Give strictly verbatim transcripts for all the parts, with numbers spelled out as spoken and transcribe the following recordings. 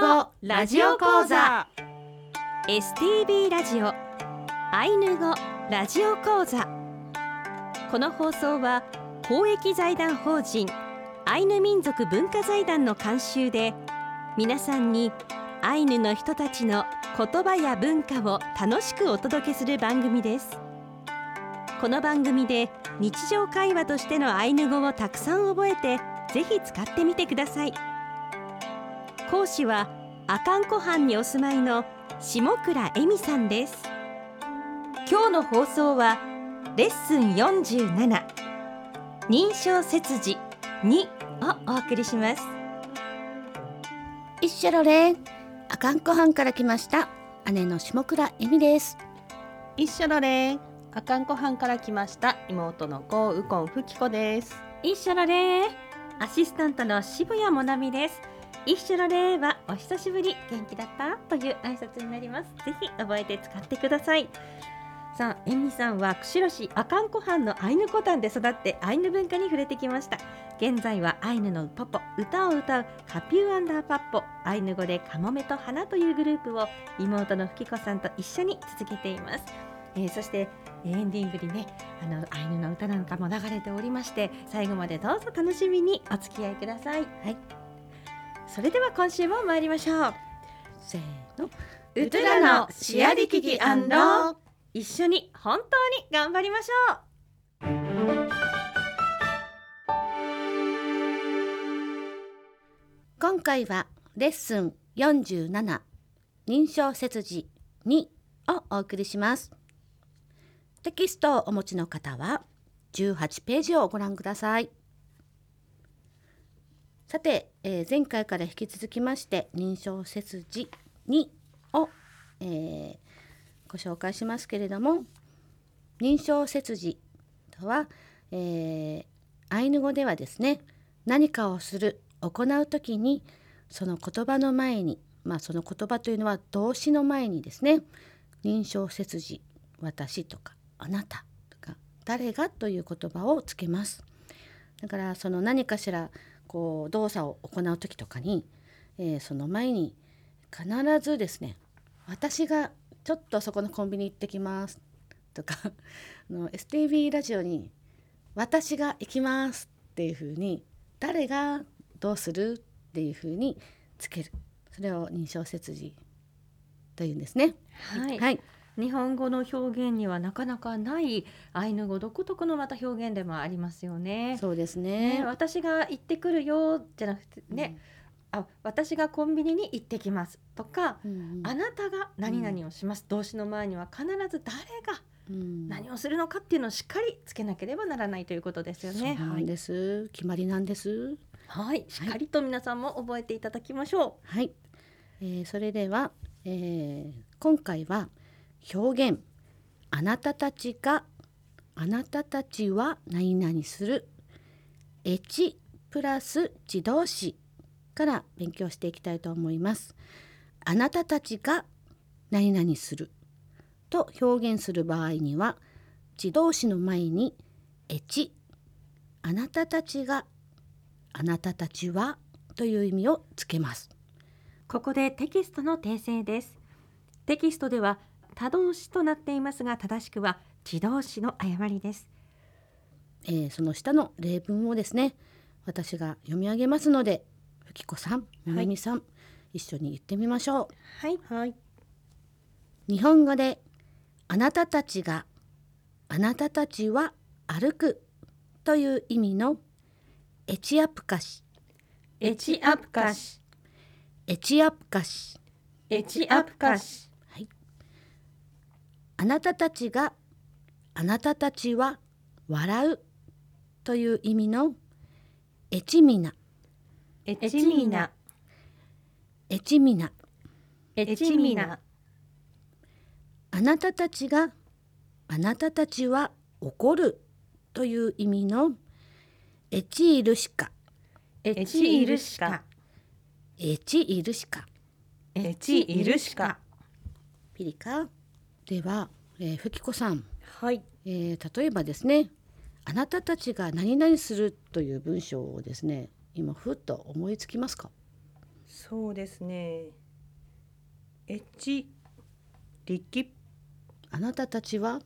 語ラジオ講座エスティービー ラジオアイヌ語ラジオ講座。この放送は公益財団法人アイヌ民族文化財団の監修で、皆さんにアイヌの人たちの言葉や文化を楽しくお届けする番組です。この番組で日常会話としてのアイヌ語をたくさん覚えて、ぜひ使ってみてください。講師は阿寒湖畔にお住まいの下倉恵美さんです。今日の放送はレッスンよんじゅうなな、認証切字にをお送りします。 いっしょろれん、阿寒湖畔から来ました姉の下倉恵美です。 いっしょろれん、阿寒湖畔から来ました妹のゴーウコンフキコです。 いっしょろれー、アシスタントの渋谷もなみです。いっしょろれーはお久しぶり、元気だったという挨拶になります。ぜひ覚えて使ってください。さあ、えみさんは釧路市阿寒湖畔のアイヌコタンで育ってアイヌ文化に触れてきました。現在はアイヌのポポ、歌を歌うカピューアンダーパッポ、アイヌ語でカモメと花というグループを妹のふきこさんと一緒に続けています。えー、そしてエンディングにね、あのアイヌの歌なんかも流れておりまして、最後までどうぞ楽しみにお付き合いください。はい、それでは今週も参りましょう。 せーの、 ウトゥラのシアリキキアンロー、一緒に本当に頑張りましょう。 今回はレッスンよんじゅうなな、認証切字にをお送りします。テキストをお持ちの方はじゅうはちページをご覧ください。さて、えー、前回から引き続きまして認証切字にを、えー、ご紹介しますけれども、認証切字とは、えー、アイヌ語ではですね、何かをする、行うときにその言葉の前に、まあ、その言葉というのは動詞の前にですね、認証切字、私とかあなたとか誰がという言葉をつけます。だからその何かしらこう動作を行う時とかに、えー、その前に必ずですね、私がちょっとそこのコンビニ行ってきますとかあの エスティービー ラジオに私が行きますっていうふうに、誰がどうするっていうふうにつける、それを認証切字というんですね。 はい、 はい、 日本語の表現にはなかなかないアイヌ語独特のまた表現でもありますよね。 そうですね。 ね、私が行ってくるよじゃなくてね、うん、あ、私がコンビニに行ってきますとか、うんうん、あなたが何々をします、うん、動詞の前には必ず誰が何をするのかっていうのをしっかりつけなければならないということですよね。 そうなんです、はい、決まりなんです。 はい、しっかりと皆さんも覚えていただきましょう。 はい、えー、それでは、えー、今回は表現、あなたたちが、あなたたちは何々する、エチプラス自動詞から勉強していきたいと思います。あなたたちが何々すると表現する場合には、自動詞の前にエチ、あなたたちが、あなたたちはという意味をつけます。 ここでテキストの訂正です。テキストでは他動詞となっていますが、正しくは自動詞の誤りです。 えー、その下の例文をですね、私が読み上げますので、ふきこさん、もなみさん、はい、一緒に言ってみましょう。 はい、はい。 日本語であなたたちが、あなたたちは歩くという意味のエチアプカシ、 エチアプカシ、 エチアプカシ、 エチアプカシ、 はい、あなたたちが、あなたたちは笑うという意味のエチミナ、 エチミナ、 エチミナ、 エチミナ、 あなたたちが、あなたたちは怒るという意味のエチイルシカ、 エチイルシカ、 エチイルシカ、 エチイルシカ、 ピリカ。では、えー、ふきこさん、 はい、 えー、例えばですね、あなたたちが何々するという文章をですね、今ふっと思いつきますか？ そうですね。エチ力、 あなたたちは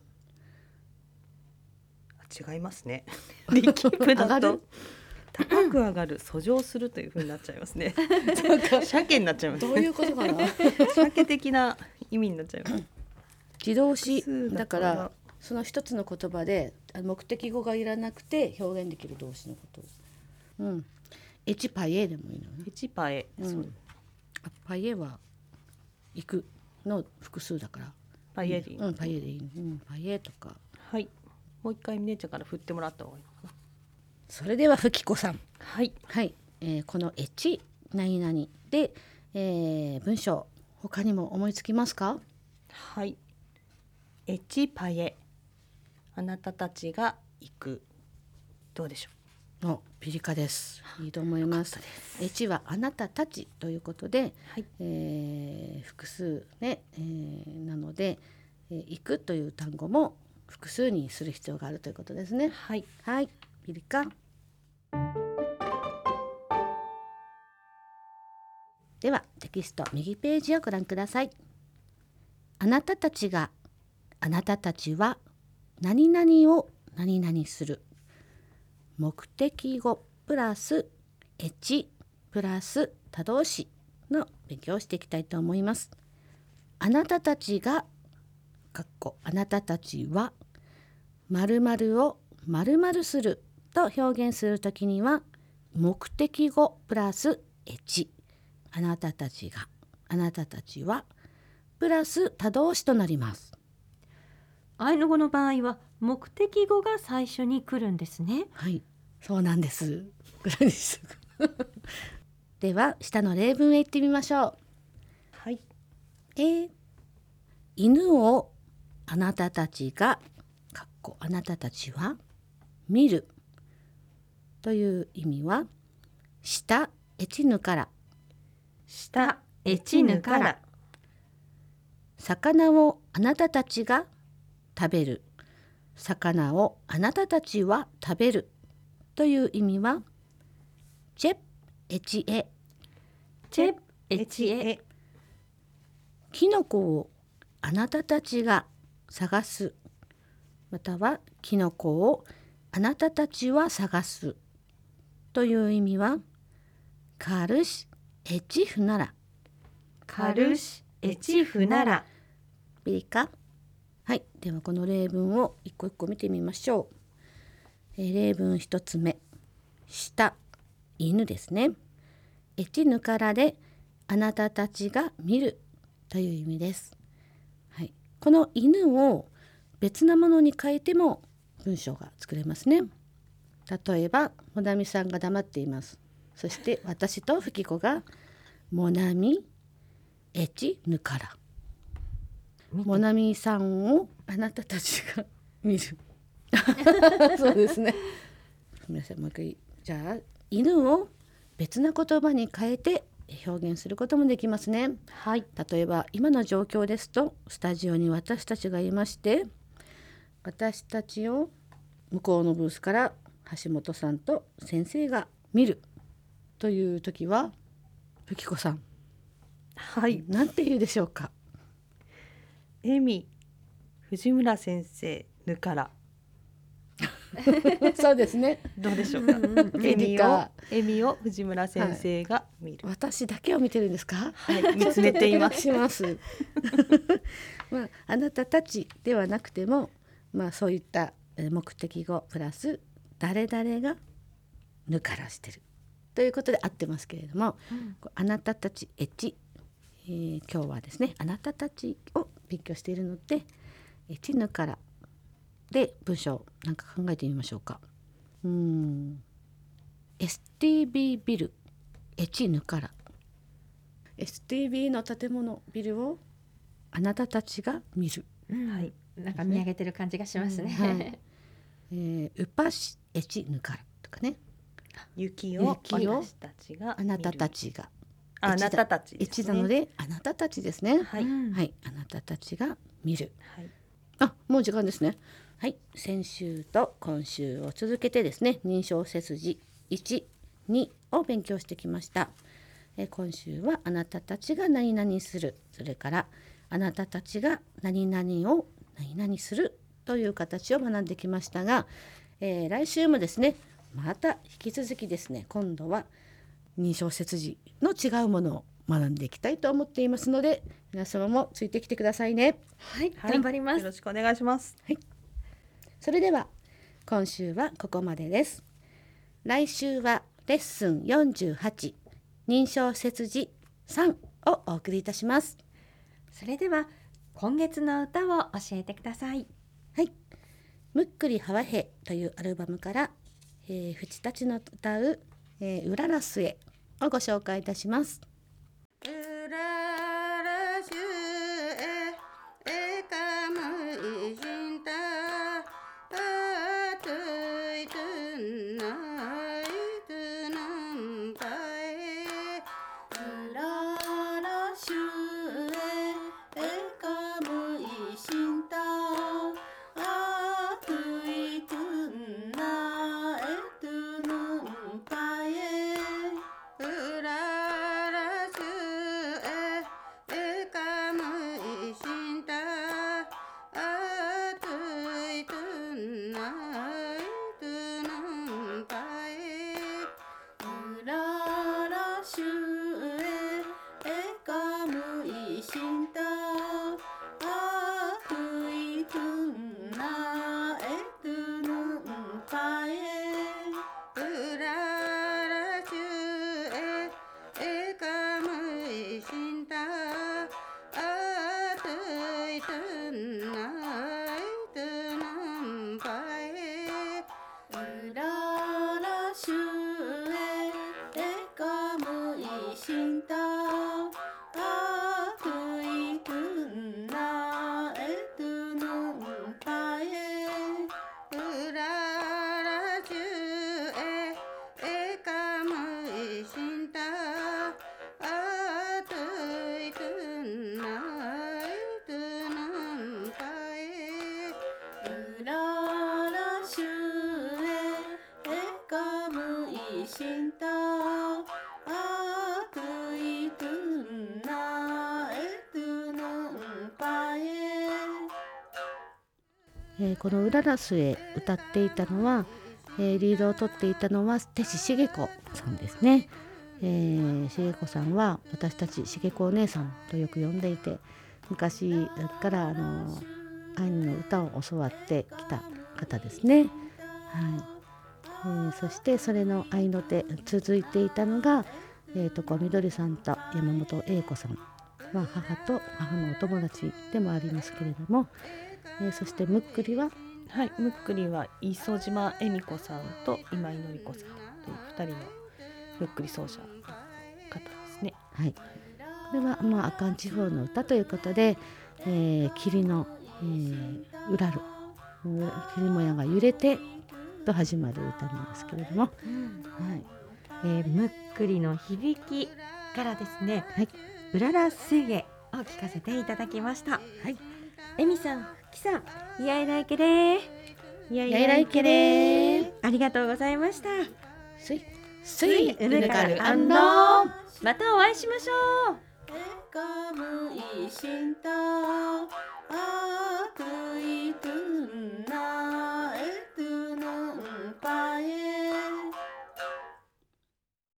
あ違いますね。力プ上がるだと高く上がる、遡上するという風になっちゃいますね。鮭になっちゃいます。 どういうことかな鮭的な意味になっちゃいます。 自動詞複数だからその一つの言葉で目的語がいらなくて表現できる動詞のこと。うん。エチパイエでもいいのね。 エチパエ、 うんそうあパイエは行くの複数だからパイエリン、 うん、パイエでいいの、うん、パイエとか。 はい。もう一回姉ちゃんから振ってもらった方がいいのかな。 それではふきこさん、 はい。 はい、えーこのエチ何々で、えー文章他にも思いつきますか？ はい。エチパエ、あなたたちが行く。どうでしょのピリカです。いいと思います。エチはあなたたちということで、 はいえー複数ね、えーなので、えー行くという単語も複数にする必要があるということですねう。。はい。 はい、ピリカ。ではテキスト右ページをご覧ください。あなたたちが、あなたたちは何々を何々する。目的語プラスエチプラス他動詞の勉強をしていきたいと思います。あなたたちがかっこあなたたちは〇〇を〇〇すると表現するときには目的語プラスエチ、あなたたちが、あなたたちはプラス他動詞となります。 アイヌ語の場合は目的語が最初に来るんですね。 はい、そうなんです。ぐらいですでは下の例文へ行ってみましょう。 はい。 えー犬をあなたたちがかっこあなたたちは見るという意味は下エチヌから下エチヌから魚をあなたたちが食べる、魚をあなたたちは食べるという意味はチェッエチエ、 チェエチエ、 キノコをあなたたちが探す、またはキノコをあなたたちは探すという意味はカルシエチフなら、 カルシエチフなら。 ピリカ。はい、ではこの例文を一個一個見てみましょう。えー例文一つ目、下犬ですね。エチヌからであなたたちが見るという意味です。はい、この犬を別なものに変えても文章が作れますね。例えばモナミさんが黙っています。そして私とフキコがモナミエチヌから、モナミさんをあなたたちが見るそうですね。すみません、もう一回。じゃあ犬を別な言葉に変えて表現することもできますね。 はい。 例えば今の状況ですとスタジオに私たちがいまして、私たちを向こうのブースから橋本さんと先生が見るという時はふきこさん、 はい。 なんて言うでしょうか？ エミ藤村先生ぬからそうですね。 どうでしょうか。エミをエミを藤村先生が見る。 私だけを見てるんですか？ はい、見つめています。 しますまああなたたちではなくても、まあそういった目的語プラス誰々がぬからしてるということで合ってますけれども、 うんあなたたちエチ、えー今日はですねあなたたちを勉強しているのでエチぬからで文章なんか考えてみましょうか。うーん エスティービー ビルエチヌから、 エスティービー の建物ビルをあなたたちが見る、 うんはい。 なんか見上げてる感じがしますね。 はいえー、ウパシエチヌからとかね、 雪を雪を私たちがあなたたちちがあなたたちですね。 エチなのであなたたちですね。 はい、 うんはい、あなたたちが見る。 はい。 あ、もう時間ですね。はい、先週と今週を続けてですね認証背筋いち、にを勉強してきました。 え今週はあなたたちが何々する、それからあなたたちが何々を何々するという形を学んできましたが、えー、来週もですねまた引き続きですね今度は認証切字の違うものを学んでいきたいと思っていますので、皆様もついてきてくださいね。 はい、 はい、 頑張ります。 よろしくお願いします。 はい、それでは今週はここまでです。来週はレッスンよんじゅうはち認証切字さんをお送りいたします。 それでは今月の歌を教えてください。 はい、むっくりはわへというアルバムから、えー、フチたちの歌う、えー、うららすえをご紹介いたします。 うららしゅええかむいしんたあといとんないとなんぱえうららしゅええかむいしんたあといとんないとなんぱえうらえー、このうららすへ歌っていたのは、えー、リードを取っていたのは手師茂子さんですね。えー、茂子さんは私たち茂子お姉さんとよく呼んでいて、昔からあのアイヌの歌を教わってきた方ですね。はい、えー、そしてそれの合いの手続いていたのが、えー、とこみどりさんと山本英子さんは母と母のお友達でもありますけれども、えー、そしてむっくりははい、むっくりは磯島恵美子さんと今井紀子さんというふたりのむっくり奏者の方ですね。 はい、これは、まあ、阿寒地方の歌ということで、えー、霧の、えー、うらる霧もやが揺れてと始まる歌なんですけれども、 うんはい、 えー、むっくりの響きからですね、 はい、 うららすげを聞かせていただきました。 はい、 えみさん、ふきさん、いやいらいけれーいややいらいけれーありがとうございました。 すいすいうぬかるあんのまたお会いしましょう。 えかむいしんたあくいと